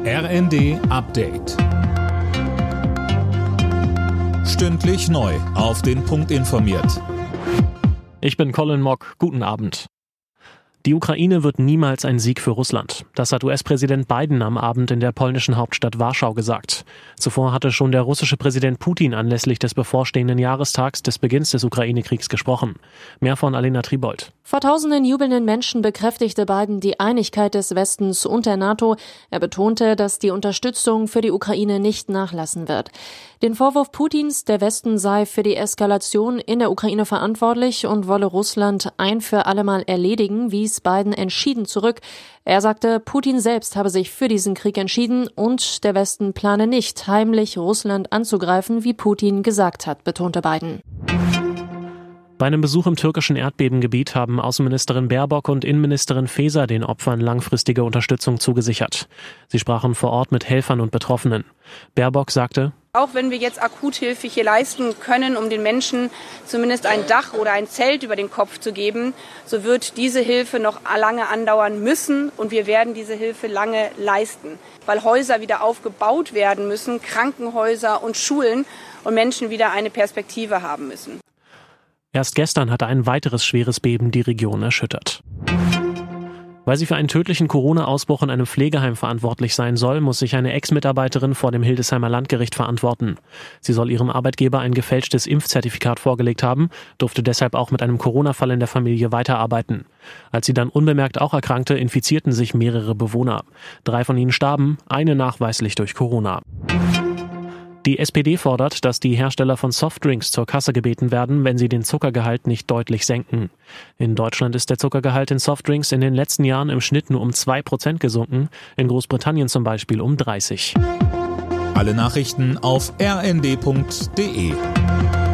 RND Update. Stündlich neu auf den Punkt informiert. Ich bin Colin Mock. Guten Abend. Die Ukraine wird niemals ein Sieg für Russland. Das hat US-Präsident Biden am Abend in der polnischen Hauptstadt Warschau gesagt. Zuvor hatte schon der russische Präsident Putin anlässlich des bevorstehenden Jahrestags des Beginns des Ukraine-Kriegs gesprochen. Mehr von Alena Tribold. Vor tausenden jubelnden Menschen bekräftigte Biden die Einigkeit des Westens und der NATO. Er betonte, dass die Unterstützung für die Ukraine nicht nachlassen wird. Den Vorwurf Putins, der Westen sei für die Eskalation in der Ukraine verantwortlich und wolle Russland ein für allemal erledigen, wies Biden entschieden zurück. Er sagte, Putin selbst habe sich für diesen Krieg entschieden und der Westen plane nicht, heimlich Russland anzugreifen, wie Putin gesagt hat, betonte Biden. Bei einem Besuch im türkischen Erdbebengebiet haben Außenministerin Baerbock und Innenministerin Faeser den Opfern langfristige Unterstützung zugesichert. Sie sprachen vor Ort mit Helfern und Betroffenen. Baerbock sagte: Auch wenn wir jetzt Akuthilfe hier leisten können, um den Menschen zumindest ein Dach oder ein Zelt über den Kopf zu geben, so wird diese Hilfe noch lange andauern müssen und wir werden diese Hilfe lange leisten, weil Häuser wieder aufgebaut werden müssen, Krankenhäuser und Schulen und Menschen wieder eine Perspektive haben müssen. Erst gestern hatte ein weiteres schweres Beben die Region erschüttert. Weil sie für einen tödlichen Corona-Ausbruch in einem Pflegeheim verantwortlich sein soll, muss sich eine Ex-Mitarbeiterin vor dem Hildesheimer Landgericht verantworten. Sie soll ihrem Arbeitgeber ein gefälschtes Impfzertifikat vorgelegt haben, durfte deshalb auch mit einem Corona-Fall in der Familie weiterarbeiten. Als sie dann unbemerkt auch erkrankte, infizierten sich mehrere Bewohner. 3 von ihnen starben, eine nachweislich durch Corona. Die SPD fordert, dass die Hersteller von Softdrinks zur Kasse gebeten werden, wenn sie den Zuckergehalt nicht deutlich senken. In Deutschland ist der Zuckergehalt in Softdrinks in den letzten Jahren im Schnitt nur um 2% gesunken, in Großbritannien zum Beispiel um 30%. Alle Nachrichten auf rnd.de.